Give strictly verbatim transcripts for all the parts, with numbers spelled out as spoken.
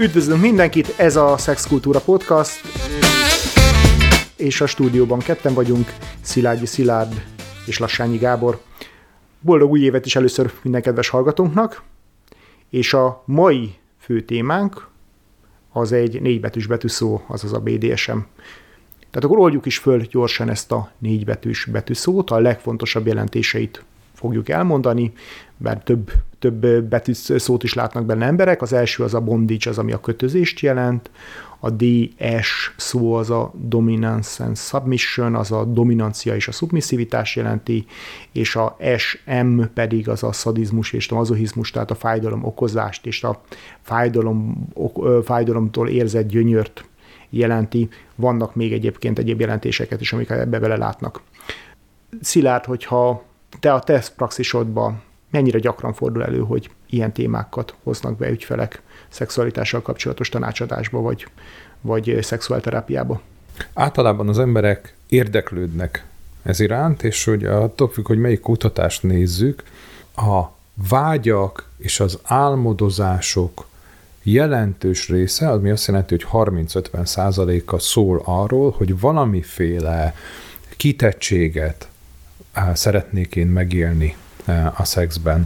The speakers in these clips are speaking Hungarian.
Üdvözlünk mindenkit, ez a Szexkultúra Podcast, és a stúdióban ketten vagyunk, Szilágyi Szilárd és Lassányi Gábor. Boldog új évet is először minden kedves hallgatónknak, és a mai fő témánk az egy négybetűs betűszó, azaz a bé dé es em. Tehát akkor oldjuk is föl gyorsan ezt a négybetűs betűszót, a legfontosabb jelentéseit fogjuk elmondani, bár több, több betűszót is látnak benne emberek. Az első az a bondage, az ami a kötözést jelent, a dé es szó az a dominance and submission, az a dominancia és a szubmisszivitás jelenti, és a es em pedig az a szadizmus és a mazochizmus, tehát a fájdalom okozást és a fájdalom, ok, fájdalomtól érzett gyönyört jelenti. Vannak még egyébként egyéb jelentéseket is, amik ebbe bele látnak. Szilárd, hogyha te a te praxisodban mennyire gyakran fordul elő, hogy ilyen témákat hoznak be ügyfelek szexualitással kapcsolatos tanácsadásba, vagy, vagy szexuálterápiába? Általában az emberek érdeklődnek ez iránt, és hogy attól függ, hogy melyik kutatást nézzük, a vágyak és az álmodozások jelentős része, ami azt jelenti, hogy harminc-ötven százaléka szól arról, hogy valamiféle kitettséget szeretnék én megélni a szexben.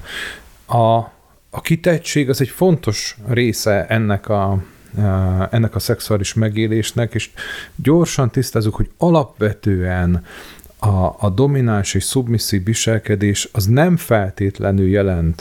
A, a kitettség az egy fontos része ennek a, ennek a szexuális megélésnek, és gyorsan tisztázzuk, hogy alapvetően a, a domináns és szubmisszív viselkedés az nem feltétlenül jelent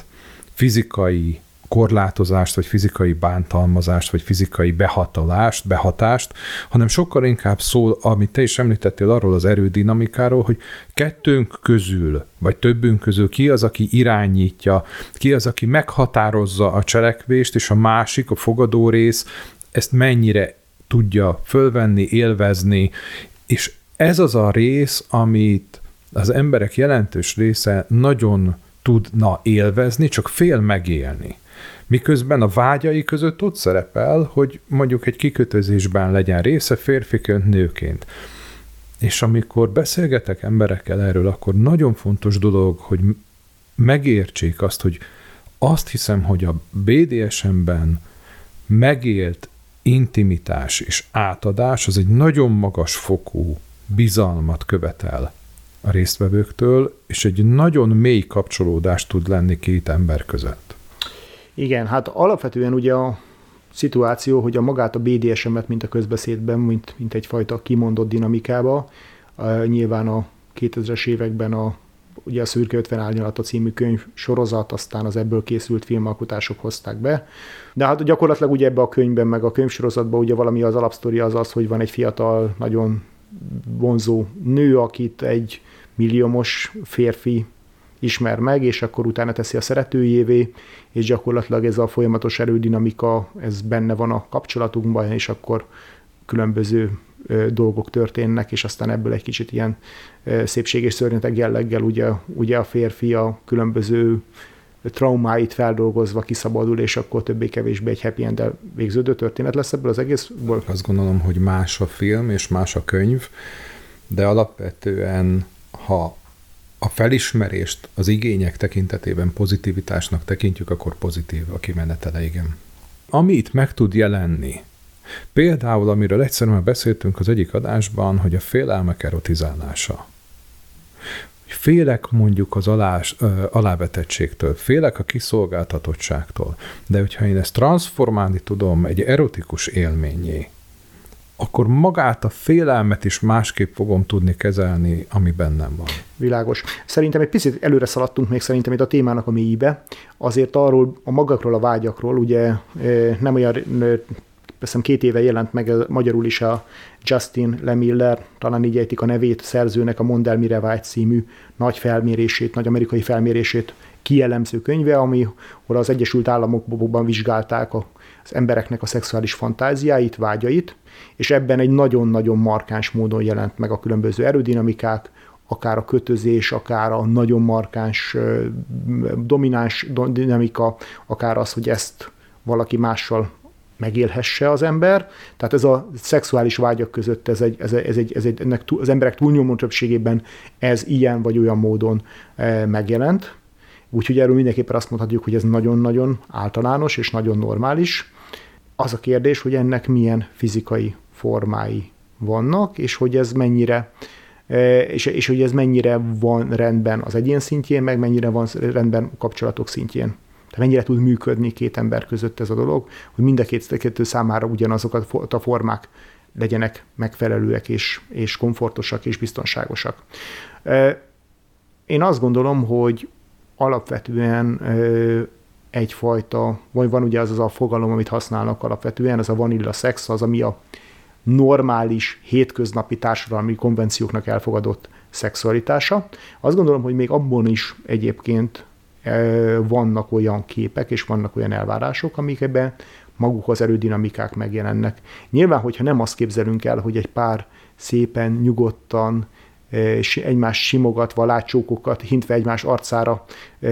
fizikai korlátozást, vagy fizikai bántalmazást, vagy fizikai behatolást, behatást, hanem sokkal inkább szól, amit te is említettél arról az erődinamikáról, hogy kettőnk közül, vagy többünk közül ki az, aki irányítja, ki az, aki meghatározza a cselekvést, és a másik, a fogadó rész ezt mennyire tudja fölvenni, élvezni, és ez az a rész, amit az emberek jelentős része nagyon tudna élvezni, csak fél megélni. Miközben a vágyai között ott szerepel, hogy mondjuk egy kikötözésben legyen része férfiként, nőként. És amikor beszélgetek emberekkel erről, akkor nagyon fontos dolog, hogy megértsék azt, hogy azt hiszem, hogy a bé dé es em-ben megélt intimitás és átadás az egy nagyon magas fokú bizalmat követel a résztvevőktől, és egy nagyon mély kapcsolódást tud lenni két ember között. Igen, hát alapvetően ugye a szituáció, hogy a magát a bé dé es em-et, mint a közbeszédben, mint, mint egyfajta kimondott dinamikába, uh, nyilván a kétezres években a, ugye a Szürke ötven árnyalata című könyv sorozat, aztán az ebből készült filmalkotások hozták be. De hát gyakorlatilag ugye ebbe a könyvben, meg a könyvsorozatban ugye valami az alapsztori az az, hogy van egy fiatal, nagyon vonzó nő, akit egy milliómos férfi ismer meg, és akkor utána teszi a szeretőjévé, és gyakorlatilag ez a folyamatos erődinamika, ez benne van a kapcsolatunkban, és akkor különböző ö, dolgok történnek, és aztán ebből egy kicsit ilyen ö, szépség és szörnyeteg jelleggel ugye, ugye a férfi a különböző traumáit feldolgozva kiszabadul, és akkor többé-kevésbé egy happy end-del végződő történet lesz ebből az egészből? Azt gondolom, hogy más a film és más a könyv, de alapvetően, ha a felismerést az igények tekintetében pozitivitásnak tekintjük, akkor pozitív a kimenetele, igen. Ami itt meg tud jelenni, például, amiről egyszerűen beszéltünk az egyik adásban, hogy a félelmek erotizálása. Félek mondjuk az alás, ö, alávetettségtől, félek a kiszolgáltatottságtól, de hogyha én ezt transformálni tudom egy erotikus élményé, akkor magát a félelmet is másképp fogom tudni kezelni, ami bennem van. Világos. Szerintem egy picit előre szaladtunk még szerintem itt a témának a mélyébe. Azért arról, a magakról, a vágyakról, ugye nem olyan, hiszem két éve jelent meg magyarul is a Justin Lemiller, talán így ejtik a nevét, szerzőnek a Mondd el, mire vágy című nagy felmérését, nagy amerikai felmérését kielemző könyve, ami ahol az Egyesült Államokban vizsgálták az embereknek a szexuális fantáziáit, vágyait, és ebben egy nagyon-nagyon markáns módon jelent meg a különböző erődinamikák, akár a kötözés, akár a nagyon markáns domináns dinamika, akár az, hogy ezt valaki mással megélhesse az ember. Tehát ez a szexuális vágyak között, ez egy, ez egy, ez egy, ez egy ennek az emberek túlnyomó többségében ez ilyen vagy olyan módon megjelent. Úgyhogy erről mindenképpen azt mondhatjuk, hogy ez nagyon-nagyon általános és nagyon normális. Az a kérdés, hogy ennek milyen fizikai formái vannak, és hogy ez mennyire, és, és hogy ez mennyire van rendben az egyén szintjén, meg mennyire van rendben kapcsolatok szintjén. Tehát mennyire tud működni két ember között ez a dolog, hogy mind a két kettő számára ugyanazokat a formák legyenek megfelelőek, és, és komfortosak, és biztonságosak. Én azt gondolom, hogy alapvetően egyfajta, vagy van ugye az az a fogalom, amit használnak alapvetően, az a vanilla szex, az, ami a normális, hétköznapi társadalmi konvencióknak elfogadott szexualitása. Azt gondolom, hogy még abban is egyébként vannak olyan képek, és vannak olyan elvárások, amik ebben maguk az erődinamikák megjelennek. Nyilván, hogyha nem azt képzelünk el, hogy egy pár szépen, nyugodtan, egymás simogatva, látsókokat hintve egymás arcára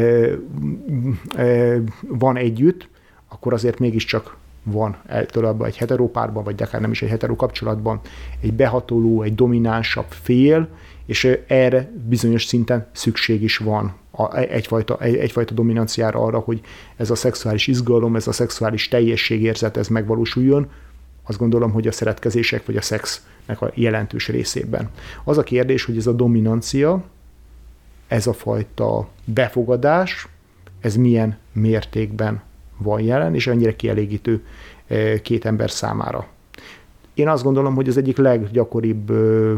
van együtt, akkor azért mégiscsak van ettől abban egy heteropárban, vagy akár nem is egy hetero kapcsolatban egy behatoló, egy dominánsabb fél, és erre bizonyos szinten szükség is van egyfajta, egyfajta dominanciára arra, hogy ez a szexuális izgalom, ez a szexuális teljességérzet, ez megvalósuljon. Azt gondolom, hogy a szeretkezések vagy a szexnek a jelentős részében. Az a kérdés, hogy ez a dominancia, ez a fajta befogadás, ez milyen mértékben van jelen, és ennyire kielégítő két ember számára. Én azt gondolom, hogy az egyik leggyakoribb ö,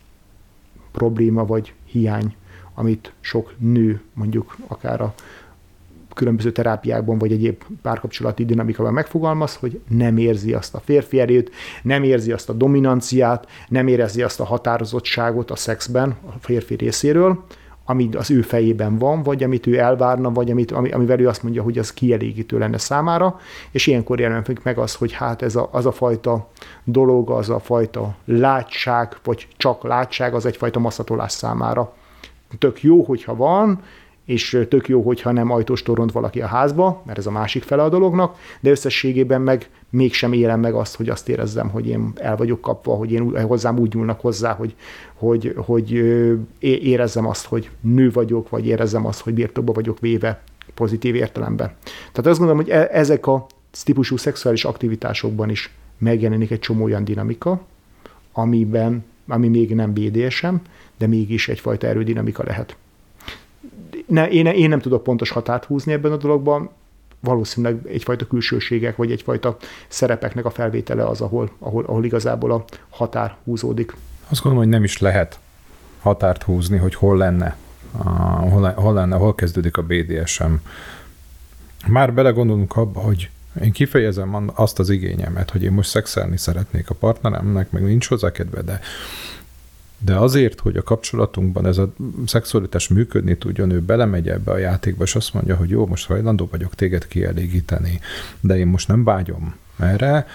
probléma vagy hiány, amit sok nő mondjuk akár a különböző terápiákban, vagy egyéb párkapcsolati dinamikában megfogalmaz, hogy nem érzi azt a férfi erőt, nem érzi azt a dominanciát, nem érzi azt a határozottságot a szexben a férfi részéről, ami az ő fejében van, vagy amit ő elvárna, vagy amit, amivel ő azt mondja, hogy az kielégítő lenne számára, és ilyenkor jelenik meg az, hogy hát ez a, az a fajta dolog, az a fajta látság, vagy csak látság, az egyfajta maszatolás számára. Tök jó, hogyha van, és tök jó, hogyha nem ajtós toront valaki a házba, mert ez a másik fele a dolognak, de összességében meg mégsem élem meg azt, hogy azt érezzem, hogy én el vagyok kapva, hogy én hozzám úgy nyúlnak hozzá, hogy, hogy, hogy érezzem azt, hogy nő vagyok, vagy érezzem azt, hogy birtokba vagyok véve pozitív értelemben. Tehát azt gondolom, hogy ezek a típusú szexuális aktivitásokban is megjelenik egy csomó olyan dinamika, amiben, ami még nem bé dé es em, de mégis egyfajta erődinamika lehet. Ne, én, én nem tudok pontos határt húzni ebben a dologban, valószínűleg egyfajta külsőségek, vagy egyfajta szerepeknek a felvétele az, ahol, ahol, ahol igazából a határ húzódik. Azt gondolom, hogy nem is lehet határt húzni, hogy hol lenne, a, hol, hol lenne, hol kezdődik a bé dé es em. Már belegondolunk abba, hogy én kifejezem azt az igényemet, hogy én most szexelni szeretnék a partneremnek, meg nincs hozzá kedve, de De azért, hogy a kapcsolatunkban ez a szexualitás működni tudjon, ő belemegy ebbe a játékba, és azt mondja, hogy jó, most hajlandó vagyok téged kielégíteni, de én most nem vágyom erre.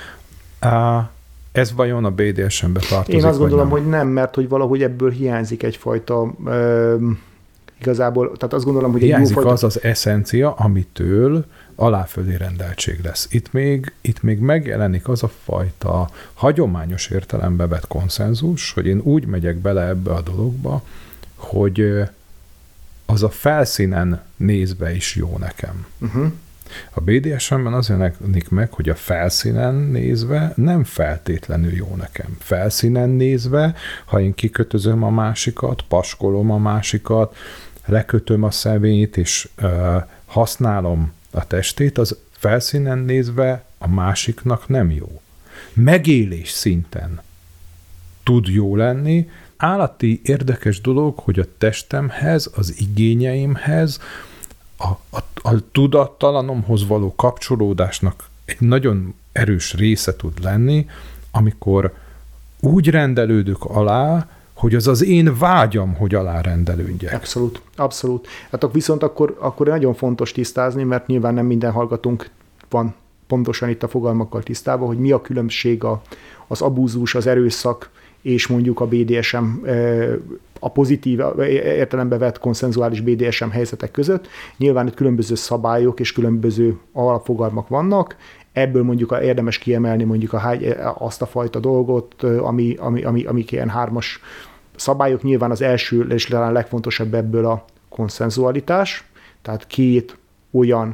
Ez vajon a bé dé es em-be tartozik? Én azt gondolom, nem? hogy nem, mert hogy valahogy ebből hiányzik egyfajta ö, igazából, tehát azt gondolom, hogy hiányzik egy az az eszencia, amitől aláfölé rendeltség lesz. Itt még, itt még megjelenik az a fajta hagyományos értelembe vett konszenzus, hogy én úgy megyek bele ebbe a dologba, hogy az a felszínen nézve is jó nekem. Uh-huh. A bé dé es em-ben az jelenik meg, hogy a felszínen nézve nem feltétlenül jó nekem. Felszínen nézve, ha én kikötözöm a másikat, paskolom a másikat, lekötöm a szemét, és uh, használom a testét, az felszínen nézve a másiknak nem jó. Megélés szinten tud jó lenni. Állati érdekes dolog, hogy a testemhez, az igényeimhez, a, a, a tudattalanomhoz való kapcsolódásnak egy nagyon erős része tud lenni, amikor úgy rendelődök alá, hogy az az én vágyam, hogy alárendelődjek. Abszolút, abszolút. Hát viszont akkor, akkor nagyon fontos tisztázni, mert nyilván nem minden hallgatónk van pontosan itt a fogalmakkal tisztában, hogy mi a különbség a, az abúzus, az erőszak és mondjuk a bé dé es em, a pozitív értelembe vett konszenzuális bé dé es em helyzetek között. Nyilván itt különböző szabályok és különböző alapfogalmak vannak. Ebből mondjuk érdemes kiemelni mondjuk a, azt a fajta dolgot, ami, ami, ami, amik ilyen hármas szabályok. Nyilván az első és talán legfontosabb ebből a konszenzualitás, tehát két olyan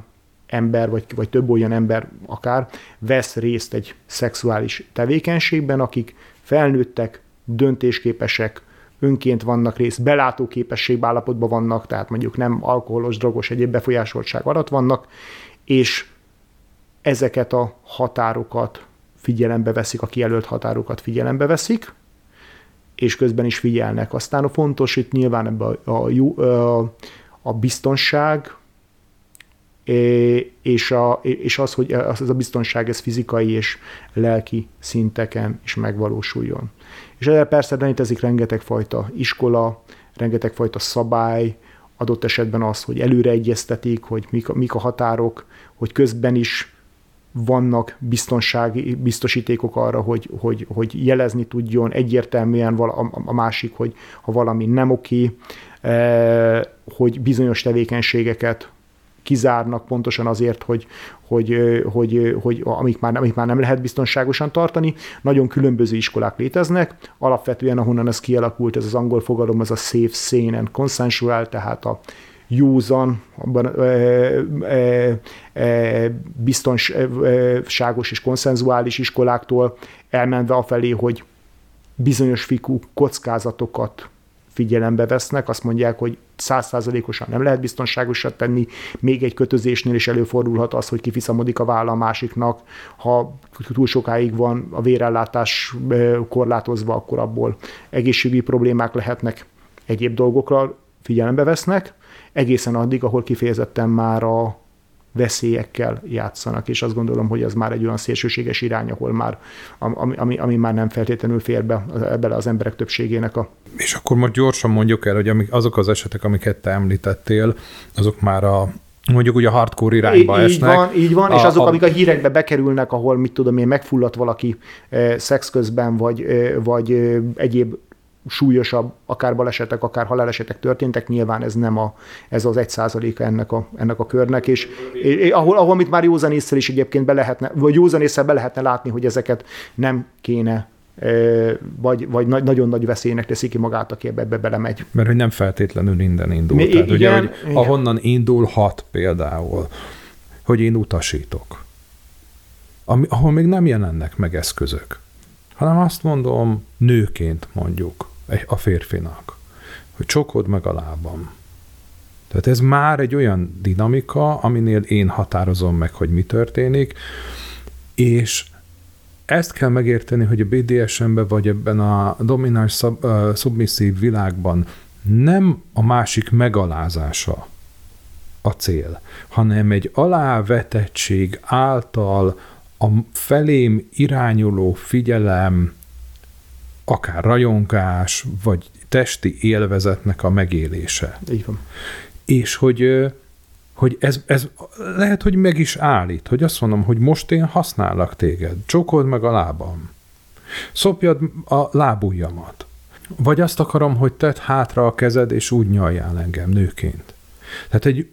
ember, vagy, vagy több olyan ember akár vesz részt egy szexuális tevékenységben, akik felnőttek, döntésképesek, önként vannak részt, belátó képességbe állapotban vannak, tehát mondjuk nem alkoholos, drogos, egyéb befolyásoltság alatt vannak, és ezeket a határokat figyelembe veszik, a kijelölt határokat figyelembe veszik, és közben is figyelnek. Aztán a fontos itt nyilván ebben a, a, a biztonság, és, a, és az, hogy az a biztonság ez fizikai és lelki szinteken is megvalósuljon. És erre persze létezik rengeteg fajta iskola, rengeteg fajta szabály, adott esetben az, hogy előre egyeztetik, hogy mik a, mik a határok, hogy közben is vannak biztonsági biztosítékok arra, hogy, hogy, hogy jelezni tudjon egyértelműen a, a másik, hogy ha valami nem oké, eh, hogy bizonyos tevékenységeket kizárnak pontosan azért, hogy, hogy, hogy, hogy amik, már, amik már nem lehet biztonságosan tartani. Nagyon különböző iskolák léteznek. Alapvetően, ahonnan ez kialakult, ez az angol fogalom, az a safe, sane and consensual, tehát a józan, abban, e, e, e, biztonságos és konszenzuális iskoláktól elmenve afelé, hogy bizonyos fikú kockázatokat figyelembe vesznek, azt mondják, hogy száz százalékosan nem lehet biztonságosat tenni, még egy kötözésnél is előfordulhat az, hogy kifiszamodik a válla a másiknak, ha túl sokáig van a vérellátás korlátozva, akkor abból egészségügyi problémák lehetnek, egyéb dolgokra figyelembe vesznek, egészen addig, ahol kifejezetten már a veszélyekkel játszanak, és azt gondolom, hogy az már egy olyan szélsőséges irány, ahol már, ami, ami, ami már nem feltétlenül fér be ebbe az emberek többségének a... És akkor most gyorsan mondjuk el, hogy amik, azok az esetek, amiket te említettél, azok már a mondjuk ugye a hardcore irányba így esnek. Van, így van, a, és azok, a, amik a hírekbe bekerülnek, ahol, mit tudom én, megfulladt valaki e, szex közben, vagy, e, vagy e, egyéb súlyosabb, akár balesetek, akár halálesetek történtek, nyilván ez nem a, ez az egy százaléka ennek a, ennek a körnek, és, és ahol, ahol mit már józanésszel is egyébként be lehetne, vagy józanésszel be lehetne látni, hogy ezeket nem kéne, vagy, vagy nagyon nagy veszélynek teszi ki magát, aki ebbe, ebbe belemegy. Mert hogy nem feltétlenül innen indul. Mi, Tehát igen, ugye, hogy igen. ahonnan indulhat például, hogy én utasítok, ami, ahol még nem jelennek meg eszközök, hanem azt mondom nőként mondjuk, a férfinak, hogy csokod meg a lábam. Tehát ez már egy olyan dinamika, aminél én határozom meg, hogy mi történik, és ezt kell megérteni, hogy a bé dé es em-ben vagy ebben a domináns szub, uh, szubmisszív világban nem a másik megalázása a cél, hanem egy alávetettség által a felém irányuló figyelem, akár rajongás, vagy testi élvezetnek a megélése. Így van. És hogy, hogy ez, ez lehet, hogy meg is állít, hogy azt mondom, hogy most én használok téged, csókold meg a lábam, szopjad a lábujjamat, vagy azt akarom, hogy tedd hátra a kezed, és úgy nyaljál engem nőként. Tehát egy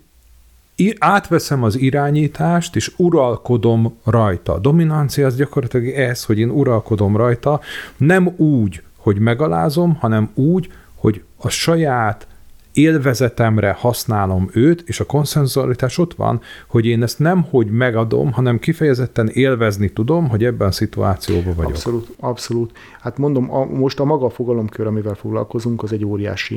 átveszem az irányítást, és uralkodom rajta. A dominancia az gyakorlatilag ez, hogy én uralkodom rajta, nem úgy, hogy megalázom, hanem úgy, hogy a saját élvezetemre használom őt, és a konszenzualitás ott van, hogy én ezt nem hogy megadom, hanem kifejezetten élvezni tudom, hogy ebben a szituációban vagyok. Abszolút, abszolút. Hát mondom, a, most a maga fogalomkör, amivel foglalkozunk, az egy óriási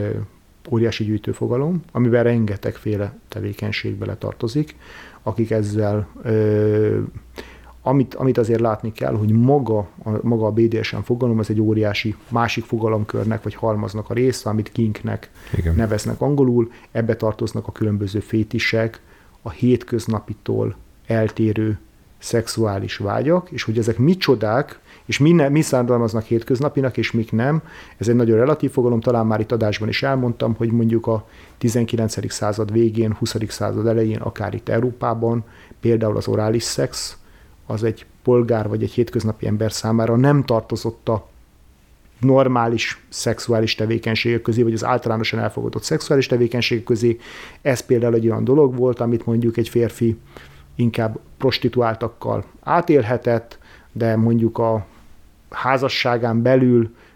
óriási gyűjtőfogalom, amiben rengetegféle tevékenység bele tartozik, akik ezzel, ö, amit, amit azért látni kell, hogy maga a, maga a bé dé es em fogalom, az egy óriási másik fogalomkörnek, vagy halmaznak a része, amit kinknek Igen. neveznek angolul, ebbe tartoznak a különböző fétisek, a hétköznapitól eltérő szexuális vágyak, és hogy ezek micsodák, és mi, ne, mi származnak hétköznapinak, és mik nem. Ez egy nagyon relatív fogalom, talán már itt adásban is elmondtam, hogy mondjuk a tizenkilencedik század végén, huszadik század elején, akár itt Európában, például az orális szex, az egy polgár vagy egy hétköznapi ember számára nem tartozott a normális szexuális tevékenységek közé, vagy az általánosan elfogadott szexuális tevékenységek közé. Ez például egy olyan dolog volt, amit mondjuk egy férfi inkább prostituáltakkal átélhetett, de mondjuk a házasságán belül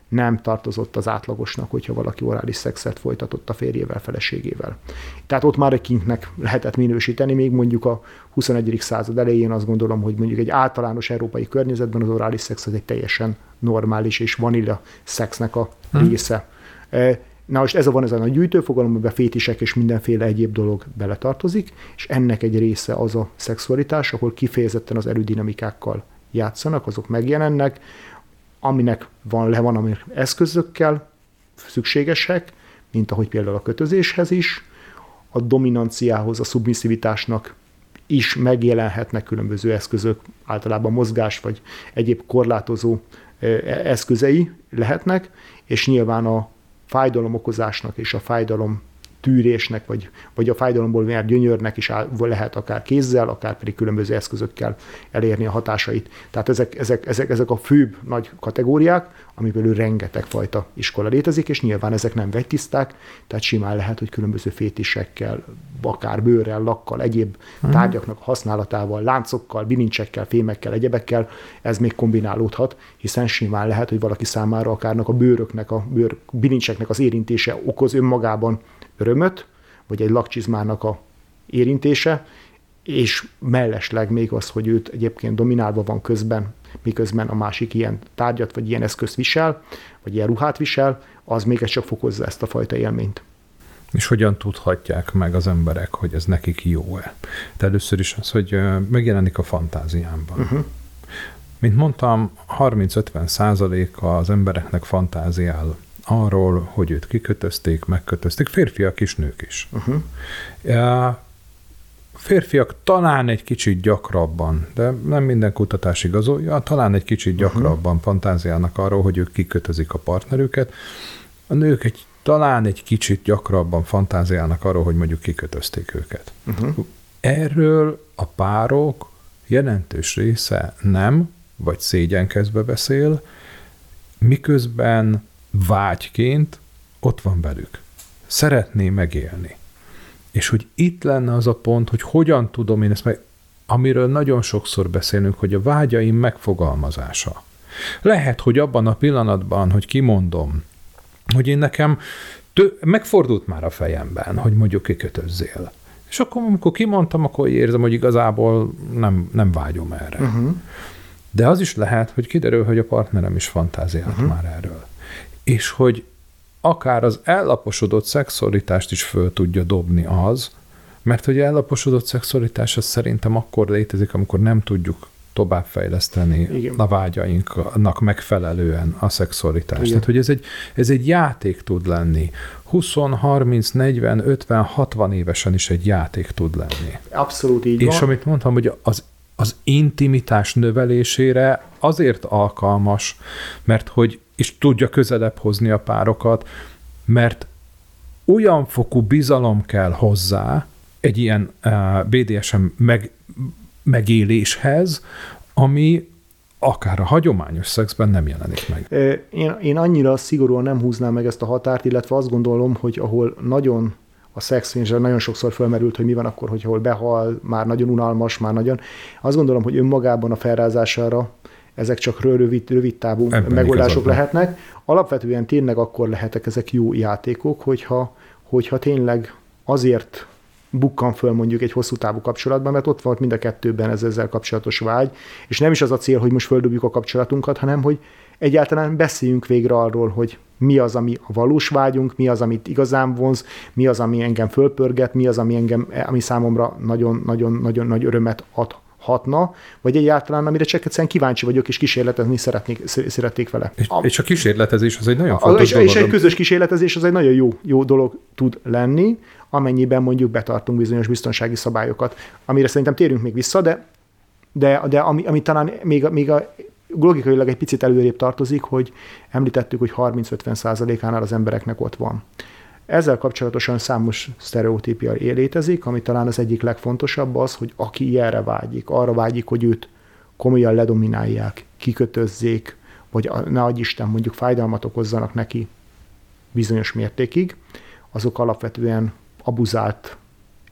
nem tartozott az átlagosnak, hogyha valaki orális szexet folytatott a férjével, feleségével. Tehát ott már egy kinknek lehetett minősíteni, még mondjuk a huszonegyedik század elején azt gondolom, hogy mondjuk egy általános európai környezetben az orális szex az egy teljesen normális és vanília szexnek a része. Hmm. Na most ez a van ez a nagy gyűjtőfogalom, amiben fétisek és mindenféle egyéb dolog beletartozik, és ennek egy része az a szexualitás, ahol kifejezetten az erődinamikákkal játszanak, azok megjelennek, aminek van, le van, amik eszközökkel szükségesek, mint ahogy például a kötözéshez is, a dominanciához, a szubmisszivitásnak is megjelenhetnek különböző eszközök, általában mozgás vagy egyéb korlátozó eszközei lehetnek, és nyilván a fájdalom okozásnak és a fájdalom tűrésnek, vagy, vagy a fájdalomból mert gyönyörnek is áll, lehet akár kézzel, akár pedig különböző eszközökkel elérni a hatásait. Tehát ezek, ezek, ezek, ezek a főbb nagy kategóriák, amiből rengeteg fajta iskola létezik, és nyilván ezek nem vegytiszták, tehát simán lehet, hogy különböző fétisekkel, akár bőrrel, lakkal, egyéb uh-huh. tárgyaknak használatával, láncokkal, bilincsekkel, fémekkel, egyebekkel ez még kombinálódhat, hiszen simán lehet, hogy valaki számára akárnak a bőröknek, a bőr bilincseknek az érintése okoz önmagában örömöt, vagy egy lakcsizmának a érintése, és mellesleg még az, hogy őt egyébként dominálva van közben, miközben a másik ilyen tárgyat, vagy ilyen eszközt visel, vagy ilyen ruhát visel, az még csak fokozza ezt a fajta élményt. És hogyan tudhatják meg az emberek, hogy ez nekik jó-e? De először is az, hogy megjelenik a fantáziámban. Uh-huh. Mint mondtam, harminc-ötven százaléka az embereknek fantáziál arról, hogy őt kikötözték, megkötözték, férfiak is, nők is. Uh-huh. Férfiak talán egy kicsit gyakrabban, de nem minden kutatás igazolja, talán egy kicsit gyakrabban uh-huh. fantáziálnak arról, hogy ők kikötözik a partnerüket. A nők egy, talán egy kicsit gyakrabban fantáziálnak arról, hogy mondjuk kikötözték őket. Uh-huh. Erről a párok jelentős része nem, vagy szégyenkezve beszél, miközben vágyként ott van velük. Szeretné megélni. És hogy itt lenne az a pont, hogy hogyan tudom én ezt meg, amiről nagyon sokszor beszélünk, hogy a vágyaim megfogalmazása. Lehet, hogy abban a pillanatban, hogy kimondom, hogy én nekem tő, megfordult már a fejemben, hogy mondjuk kikötözzél. És akkor, amikor kimondtam, akkor érzem, hogy igazából nem, nem vágyom erre. Uh-huh. De az is lehet, hogy kiderül, hogy a partnerem is fantáziált uh-huh. már erről. És hogy akár az ellaposodott szexualitást is föl tudja dobni az, mert hogy ellaposodott szexualitás az szerintem akkor létezik, amikor nem tudjuk továbbfejleszteni Igen. a vágyainknak megfelelően a szexualitást. Igen. Tehát, hogy ez egy, ez egy játék tud lenni. húsz, harminc, negyven, ötven, hatvan évesen is egy játék tud lenni. Abszolút így És van. amit mondtam, hogy az, az intimitás növelésére azért alkalmas, mert hogy és tudja közelebb hozni a párokat, mert olyan fokú bizalom kell hozzá egy ilyen uh, bé dé es em meg, megéléshez, ami akár a hagyományos szexben nem jelenik meg. Én, én annyira szigorúan nem húznám meg ezt a határt, illetve azt gondolom, hogy ahol nagyon a szex, és nagyon sokszor felmerült, hogy mi van akkor, hogy ahol behal, már nagyon unalmas, már nagyon. Azt gondolom, hogy önmagában a felrázására ezek csak rövid, rövid távú Ebben megoldások lehetnek. Alapvetően tényleg akkor lehetek ezek jó játékok, hogyha, hogyha tényleg azért bukkan föl mondjuk egy hosszú távú kapcsolatban, mert ott volt mind a kettőben ez ezzel kapcsolatos vágy, és nem is az a cél, hogy most földobjuk a kapcsolatunkat, hanem hogy egyáltalán beszéljünk végre arról, hogy mi az, ami a valós vágyunk, mi az, amit igazán vonz, mi az, ami engem fölpörget, mi az, ami, engem, ami számomra nagyon-nagyon nagy örömet ad. hatna, vagy egyáltalán, amire csak egyszerűen kíváncsi vagyok, és kísérletezni szeretnék, szeretnék vele. És a, és a kísérletezés az egy nagyon fontos és, dolog. És egy közös kísérletezés az egy nagyon jó, jó dolog tud lenni, amennyiben mondjuk betartunk bizonyos biztonsági szabályokat, amire szerintem térünk még vissza, de, de, de ami, ami talán még, még a logikailag egy picit előrébb tartozik, hogy említettük, hogy harminc-ötven százalékánál az embereknek ott van. Ezzel kapcsolatosan számos sztereotípia létezik, ami talán az egyik legfontosabb az, hogy aki ilyenre vágyik, arra vágyik, hogy őt komolyan ledominálják, kikötözzék, vagy ne adj Isten, mondjuk fájdalmat okozzanak neki bizonyos mértékig, azok alapvetően abuzált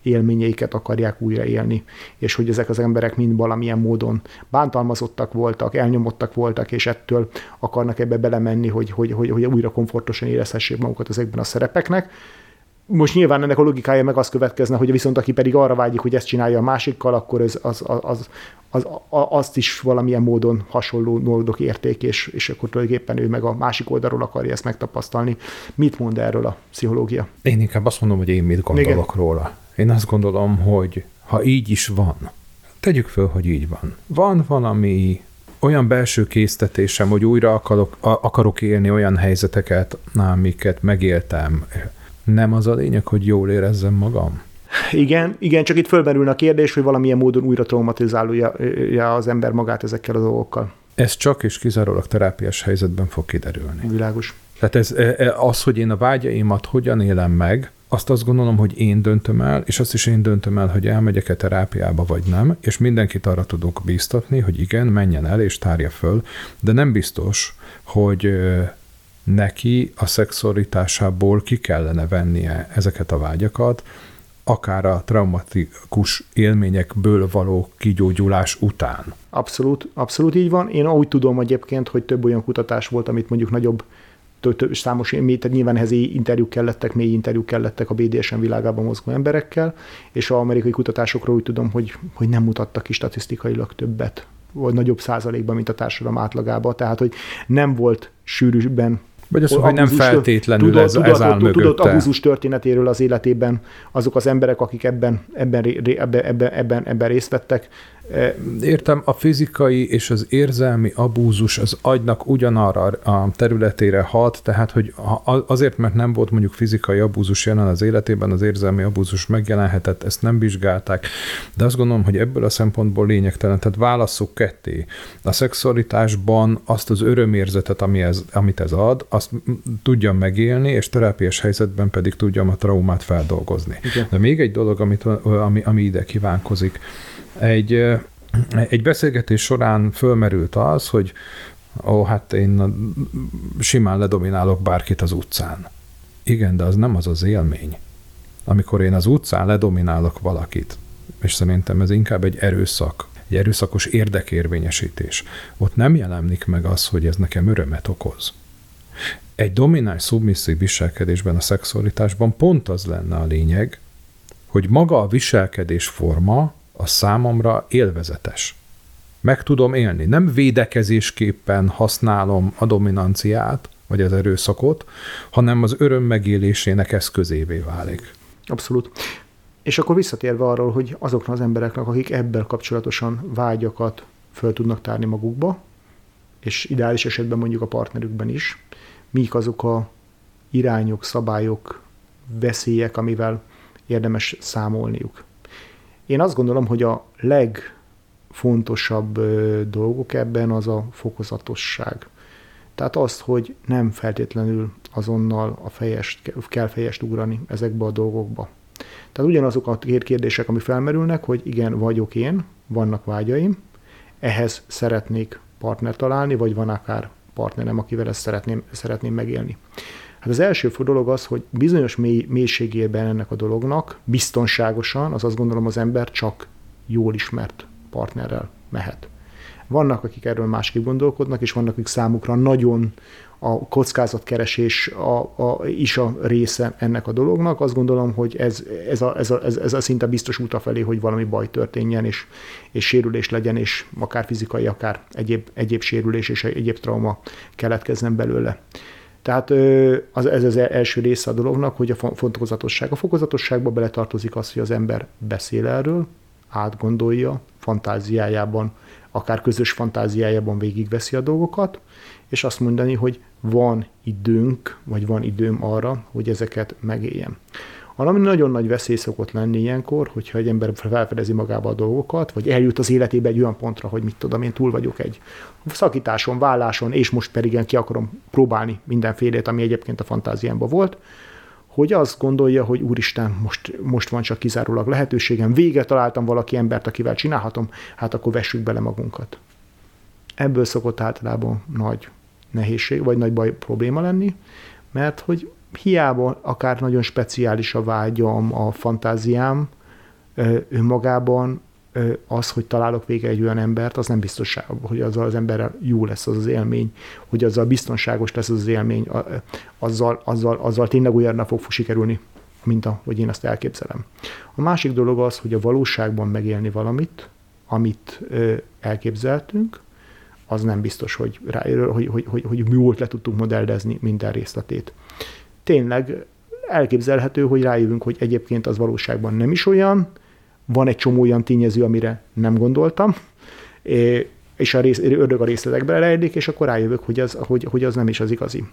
élményeiket akarják újraélni, és hogy ezek az emberek mind valamilyen módon bántalmazottak voltak, elnyomottak voltak, és ettől akarnak ebbe belemenni, hogy, hogy, hogy, hogy újra komfortosan érezhessék magukat ezekben a szerepeknek. Most nyilván ennek a logikája meg az következne, hogy viszont aki pedig arra vágyik, hogy ezt csinálja a másikkal, akkor ez, az, az, az, az, azt is valamilyen módon hasonló módok érték, és, és akkor tulajdonképpen ő meg a másik oldalról akarja ezt megtapasztalni. Mit mond erről a pszichológia? Én inkább azt mondom, hogy én mit gondolok Igen. róla. Én azt gondolom, hogy ha így is van, tegyük föl, hogy így van. Van valami olyan belső késztetésem, hogy újra akarok, akarok élni olyan helyzeteket, amiket megéltem. Nem az a lényeg, hogy jól érezzem magam? Igen, igen, csak itt fölmerülne a kérdés, hogy valamilyen módon újra traumatizálja az ember magát ezekkel a dolgokkal. Ez csak és kizárólag terápiás helyzetben fog kiderülni. Világos. Tehát ez, az, hogy én a vágyaimat hogyan élem meg, azt azt gondolom, hogy én döntöm el, és azt is én döntöm el, hogy elmegyek-e terápiába, vagy nem, és mindenkit arra tudok bíztatni, hogy igen, menjen el, és tárja föl, de nem biztos, hogy neki a szexualitásából ki kellene vennie ezeket a vágyakat, akár a traumatikus élményekből való kigyógyulás után. Abszolút, abszolút így van. Én úgy tudom egyébként, hogy több olyan kutatás volt, amit mondjuk nagyobb, több, több számos, tehát nyilván ehhez interjúk kellettek, mély interjúk kellettek a bé dé es em világában mozgó emberekkel, és az amerikai kutatásokról úgy tudom, hogy, hogy nem mutattak ki statisztikailag többet, vagy nagyobb százalékban, mint a társadalom átlagában. Tehát, hogy nem volt sűrűbben Vagy az, hogy nem feltétlenül tudod, ez, tudod, ez áll mögötte. Tudod abúzus történetéről az életében azok az emberek, akik ebben, ebben, ebben, ebben, ebben, ebben részt vettek. Értem, a fizikai és az érzelmi abúzus az agynak ugyanarra a területére hat, tehát hogy azért, mert nem volt mondjuk fizikai abúzus jelen az életében, az érzelmi abúzus megjelenhetett, ezt nem vizsgálták, de azt gondolom, hogy ebből a szempontból lényegtelen, tehát válasszuk ketté. A szexualitásban azt az örömérzetet, ami ez, amit ez ad, azt tudjam megélni, és terápiás helyzetben pedig tudjam a traumát feldolgozni. Igen. De még egy dolog, amit, ami, ami ide kívánkozik. Egy, egy beszélgetés során fölmerült az, hogy ó, hát én simán ledominálok bárkit az utcán. Igen, de az nem az az élmény. Amikor én az utcán ledominálok valakit, és szerintem ez inkább egy erőszak, egy erőszakos érdekérvényesítés. Ott nem jelenik meg az, hogy ez nekem örömet okoz. Egy domináns, szubmisszív viselkedésben, a szexualitásban pont az lenne a lényeg, hogy maga a viselkedés forma a számomra élvezetes. Meg tudom élni. Nem védekezésképpen használom a dominanciát, vagy az erőszakot, hanem az öröm megélésének eszközévé válik. Abszolút. És akkor visszatérve arról, hogy azoknak az embereknek, akik ebben kapcsolatosan vágyakat föl tudnak tárni magukba, és ideális esetben mondjuk a partnerükben is, mik azok a irányok, szabályok, veszélyek, amivel érdemes számolniuk. Én azt gondolom, hogy a legfontosabb dolgok ebben az a fokozatosság. Tehát azt, hogy nem feltétlenül azonnal a fejest, kell fejest ugrani ezekbe a dolgokba. Tehát ugyanazok a kérdések, ami felmerülnek, hogy igen, vagyok én, vannak vágyaim, ehhez szeretnék partnert találni, vagy van akár partnerem, akivel ezt szeretném, szeretném megélni. Hát az első dolog az, hogy bizonyos mély, mélységében ennek a dolognak biztonságosan, az azt gondolom az ember csak jól ismert partnerrel mehet. Vannak, akik erről másképp gondolkodnak, és vannak, akik számukra nagyon a kockázatkeresés a, a, is a része ennek a dolognak. Azt gondolom, hogy ez, ez, a, ez, a, ez, ez a szinte biztos út felé, hogy valami baj történjen, és, és sérülés legyen, és akár fizikai, akár egyéb, egyéb sérülés és egyéb trauma keletkezzen belőle. Tehát az, ez az első része a dolognak, hogy a fokozatosság. A fokozatosságba beletartozik az, hogy az ember beszél erről, átgondolja, fantáziájában, akár közös fantáziájában végigveszi a dolgokat, és azt mondani, hogy van időnk, vagy van időm arra, hogy ezeket megéljem. Ami nagyon nagy veszély szokott lenni ilyenkor, hogyha egy ember felfedezi magába a dolgokat, vagy eljut az életébe egy olyan pontra, hogy mit tudom, én túl vagyok egy szakításon, válláson, és most pedig ki akarom próbálni mindenfélét, ami egyébként a fantáziámban volt, hogy azt gondolja, hogy úristen, most, most van csak kizárólag lehetőségem, végre találtam valaki embert, akivel csinálhatom, hát akkor vessük bele magunkat. Ebből szokott általában nagy nehézség, vagy nagy baj, probléma lenni, mert hogy hiába akár nagyon speciális a vágyam, a fantáziám, önmagában az, hogy találok végre egy olyan embert, az nem biztos, hogy azzal az emberrel jó lesz az az élmény, hogy azzal biztonságos lesz az az élmény, azzal, azzal, azzal tényleg olyanra fog sikerülni, mint ahogy én azt elképzelem. A másik dolog az, hogy a valóságban megélni valamit, amit elképzeltünk, az nem biztos, hogy, rá, hogy, hogy, hogy, hogy mi volt le tudtunk modellezni minden részletét. Tényleg elképzelhető, hogy rájövünk, hogy egyébként az valóságban nem is olyan, van egy csomó olyan tényező, amire nem gondoltam, és a rész, ördög a részletekbe rejlik, és akkor rájövök, hogy az, hogy, hogy az nem is az igazi.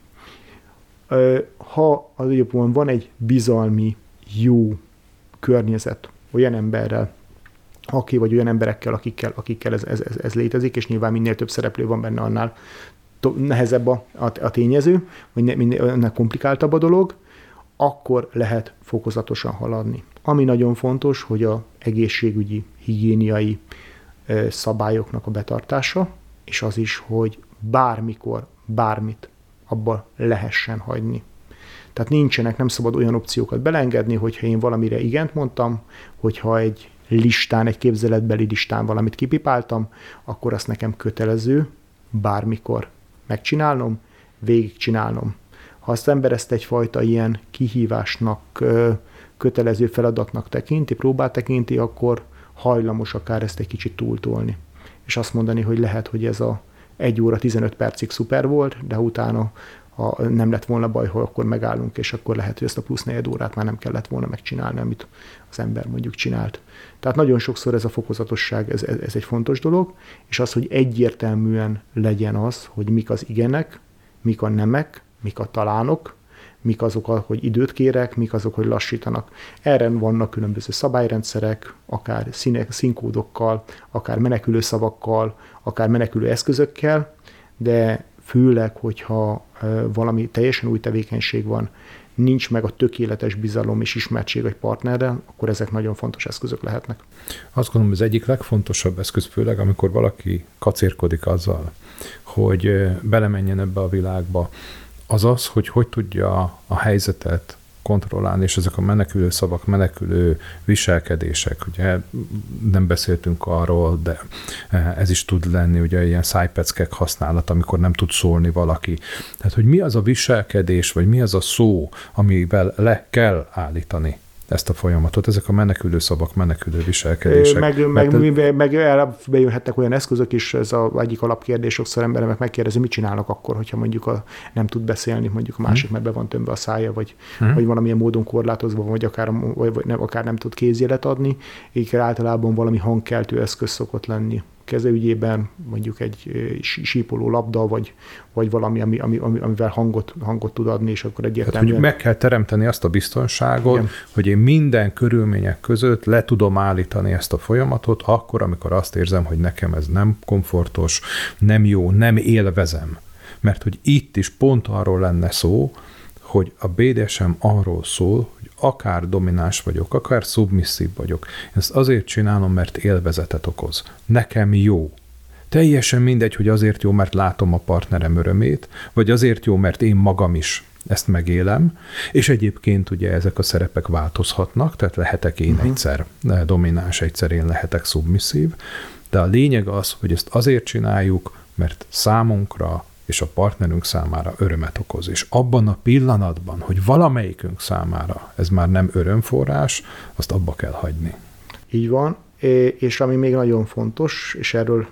Ha az egyébként van egy bizalmi, jó környezet olyan emberrel, aki vagy olyan emberekkel, akikkel, akikkel ez, ez, ez létezik, és nyilván minél több szereplő van benne, annál nehezebb a, a, a tényező, vagy ne, minél, annál komplikáltabb a dolog, akkor lehet fokozatosan haladni. Ami nagyon fontos, hogy az egészségügyi, higiéniai szabályoknak a betartása, és az is, hogy bármikor, bármit abba lehessen hagyni. Tehát nincsenek, nem szabad olyan opciókat belengedni, hogyha én valamire igent mondtam, hogyha egy listán, egy képzeletbeli listán valamit kipipáltam, akkor azt nekem kötelező bármikor megcsinálnom, végigcsinálnom. Ha az ember ezt egyfajta ilyen kihívásnak, kötelező feladatnak tekinti, próbál tekinti, akkor hajlamos akár ezt egy kicsit túltolni. És azt mondani, hogy lehet, hogy ez a egy óra tizenöt percig szuper volt, de utána ha nem lett volna baj, hogy akkor megállunk, és akkor lehet, hogy ezt a plusz negyed órát már nem kellett volna megcsinálni, amit az ember mondjuk csinált. Tehát nagyon sokszor ez a fokozatosság, ez, ez egy fontos dolog, és az, hogy egyértelműen legyen az, hogy mik az igenek, mik a nemek, mik a talánok, mik azok, hogy időt kérek, mik azok, hogy lassítanak. Erre vannak különböző szabályrendszerek, akár színek, színkódokkal, akár menekülő szavakkal, akár menekülő eszközökkel, de főleg, hogyha valami teljesen új tevékenység van, nincs meg a tökéletes bizalom és ismertség egy partnerrel, akkor ezek nagyon fontos eszközök lehetnek. Azt gondolom, az egyik legfontosabb eszköz, főleg amikor valaki kacérkodik azzal, hogy belemenjen ebbe a világba, az az, hogy hogy tudja a helyzetet kontrollálni, és ezek a menekülő szavak, menekülő viselkedések, ugye nem beszéltünk arról, de ez is tud lenni, ugye ilyen szájpeckek használat, amikor nem tud szólni valaki. Tehát, hogy mi az a viselkedés, vagy mi az a szó, amivel le kell állítani ezt a folyamatot, ezek a menekülő szavak, menekülő viselkedések. Meg, meg, meg, meg bejönhetnek olyan eszközök is, ez az egyik alapkérdés, sokszor emberek megkérdezi, mit csinálnak akkor, hogyha mondjuk a, nem tud beszélni, mondjuk a másik, hmm. mert be van tömve a szája, vagy, hmm. vagy valamilyen módon korlátozva, vagy akár, vagy, vagy nem, akár nem tud kézjelet adni, így általában valami hangkeltő eszköz szokott lenni kezeügyében, mondjuk egy sípoló labda, vagy, vagy valami, ami, ami, amivel hangot, hangot tud adni, és akkor egyértelműen... Hát, meg kell teremteni azt a biztonságot, igen, hogy én minden körülmények között le tudom állítani ezt a folyamatot, akkor, amikor azt érzem, hogy nekem ez nem komfortos, nem jó, nem élvezem. Mert hogy itt is pont arról lenne szó, hogy a bé dé es em arról szól, hogy akár domináns vagyok, akár szubmisszív vagyok. Ezt azért csinálom, mert élvezetet okoz. Nekem jó. Teljesen mindegy, hogy azért jó, mert látom a partnerem örömét, vagy azért jó, mert én magam is ezt megélem, és egyébként ugye ezek a szerepek változhatnak, tehát lehetek én uh-huh. egyszer domináns, egyszer én lehetek szubmisszív, de a lényeg az, hogy ezt azért csináljuk, mert számunkra és a partnerünk számára örömet okoz. És abban a pillanatban, hogy valamelyikünk számára ez már nem örömforrás, azt abba kell hagyni. Így van, és ami még nagyon fontos, és erről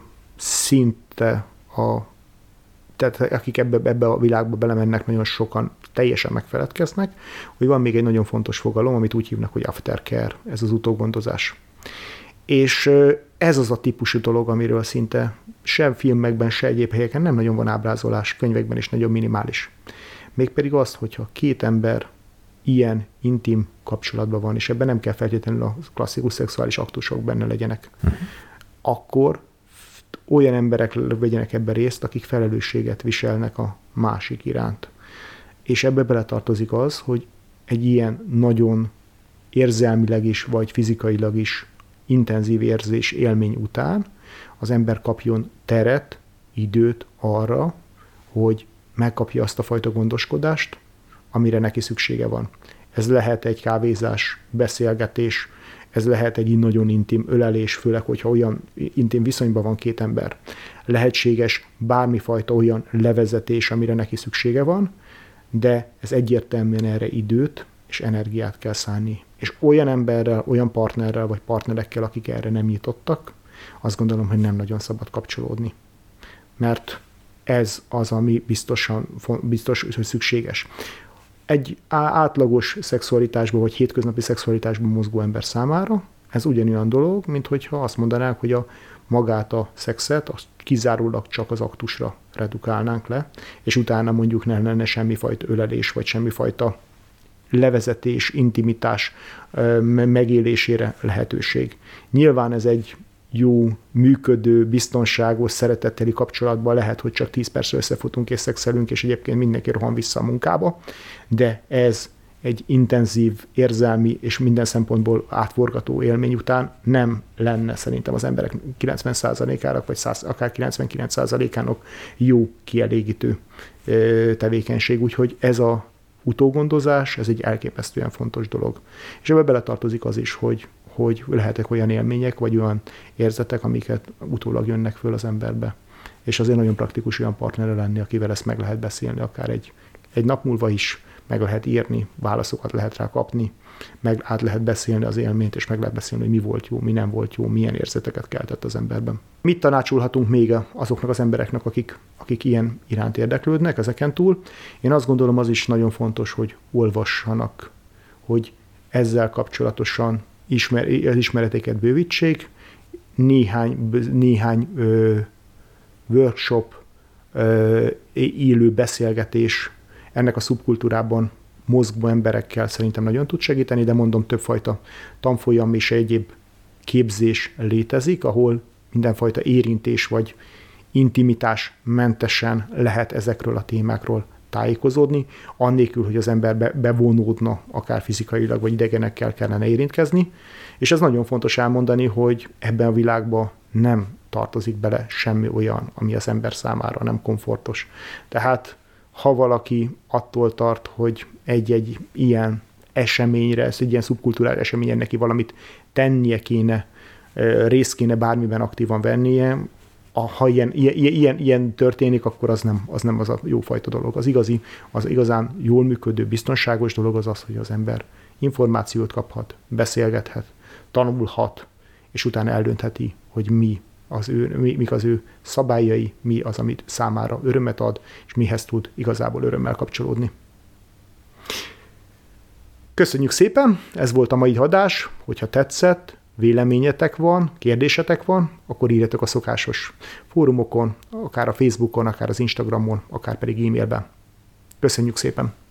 szinte a, tehát akik ebbe, ebbe a világba belemennek, nagyon sokan teljesen megfeledkeznek, hogy van még egy nagyon fontos fogalom, amit úgy hívnak, hogy aftercare, ez az utógondozás. És ez az a típusú dolog, amiről szinte se filmekben, se egyéb helyeken nem nagyon van ábrázolás, könyvekben is nagyon minimális. Mégpedig azt, hogyha két ember ilyen intim kapcsolatban van, és ebben nem kell feltétlenül a klasszikus szexuális aktusok benne legyenek, uh-huh. akkor olyan emberek vegyenek ebben részt, akik felelősséget viselnek a másik iránt. És ebbe beletartozik az, hogy egy ilyen nagyon érzelmileg is, vagy fizikailag is intenzív érzés élmény után az ember kapjon teret, időt arra, hogy megkapja azt a fajta gondoskodást, amire neki szüksége van. Ez lehet egy kávézás, beszélgetés, Ez lehet egy nagyon intim ölelés, főleg, hogyha olyan intim viszonyban van két ember. Lehetséges bármifajta olyan levezetés, amire neki szüksége van, de ez egyértelműen erre időt és energiát kell szánni. És olyan emberrel, olyan partnerrel vagy partnerekkel, akik erre nem nyitottak, azt gondolom, hogy nem nagyon szabad kapcsolódni. Mert ez az, ami biztosan, biztos, hogy szükséges. Egy átlagos szexualitásban, vagy hétköznapi szexualitásban mozgó ember számára ez ugyanolyan dolog, mint hogyha azt mondanák, hogy a magát a szexet, azt kizárólag csak az aktusra redukálnánk le, és utána mondjuk nem lenne semmifajta ölelés, vagy semmifajta levezetés, intimitás megélésére lehetőség. Nyilván ez egy jó, működő, biztonságos, szeretetteli kapcsolatban lehet, hogy csak tíz percre összefutunk és szexelünk, és egyébként mindenki rohan vissza a munkába, de ez egy intenzív, érzelmi és minden szempontból átforgató élmény után nem lenne szerintem az emberek kilencven százalékának, vagy száz, akár kilencvenkilenc százalékának jó, kielégítő tevékenység. Úgyhogy ez a utógondozás, ez egy elképesztően fontos dolog. És ebbe beletartozik az is, hogy, hogy lehetek olyan élmények, vagy olyan érzetek, amiket utólag jönnek föl az emberbe. És azért nagyon praktikus olyan partnerre lenni, akivel ezt meg lehet beszélni, akár egy, egy nap múlva is, meg lehet írni, válaszokat lehet rá kapni, meg át lehet beszélni az élményt, és meg lehet beszélni, hogy mi volt jó, mi nem volt jó, milyen érzeteket keltett az emberben. Mit tanácsolhatunk még azoknak az embereknek, akik, akik ilyen iránt érdeklődnek ezeken túl? Én azt gondolom, az is nagyon fontos, hogy olvassanak, hogy ezzel kapcsolatosan ismer, az ismereteket bővítsék, néhány, néhány ö, workshop, ö, élő beszélgetés ennek a szubkultúrában mozgó emberekkel szerintem nagyon tud segíteni, de mondom, többfajta tanfolyam és egyéb képzés létezik, ahol mindenfajta érintés vagy intimitás mentesen lehet ezekről a témákról tájékozódni, annélkül, hogy az ember be, bevonódna, akár fizikailag vagy idegenekkel kellene érintkezni. És ez nagyon fontos elmondani, hogy ebben a világban nem tartozik bele semmi olyan, ami az ember számára nem komfortos. Tehát ha valaki attól tart, hogy egy-egy ilyen eseményre, ez egy ilyen szubkulturális eseményen neki valamit tennie kéne, részt kéne bármiben aktívan vennie, ha ilyen, ilyen, ilyen történik, akkor az nem, az nem az a jófajta dolog. Az igazi, az igazán jól működő, biztonságos dolog az az, hogy az ember információt kaphat, beszélgethet, tanulhat, és utána eldöntheti, hogy mi az ő, mi, mik az ő szabályai, mi az, amit számára örömet ad, és mihez tud igazából örömmel kapcsolódni. Köszönjük szépen, ez volt a mai adás, hogyha tetszett, véleményetek van, kérdésetek van, akkor írjatok a szokásos fórumokon, akár a Facebookon, akár az Instagramon, akár pedig e-mailben. Köszönjük szépen!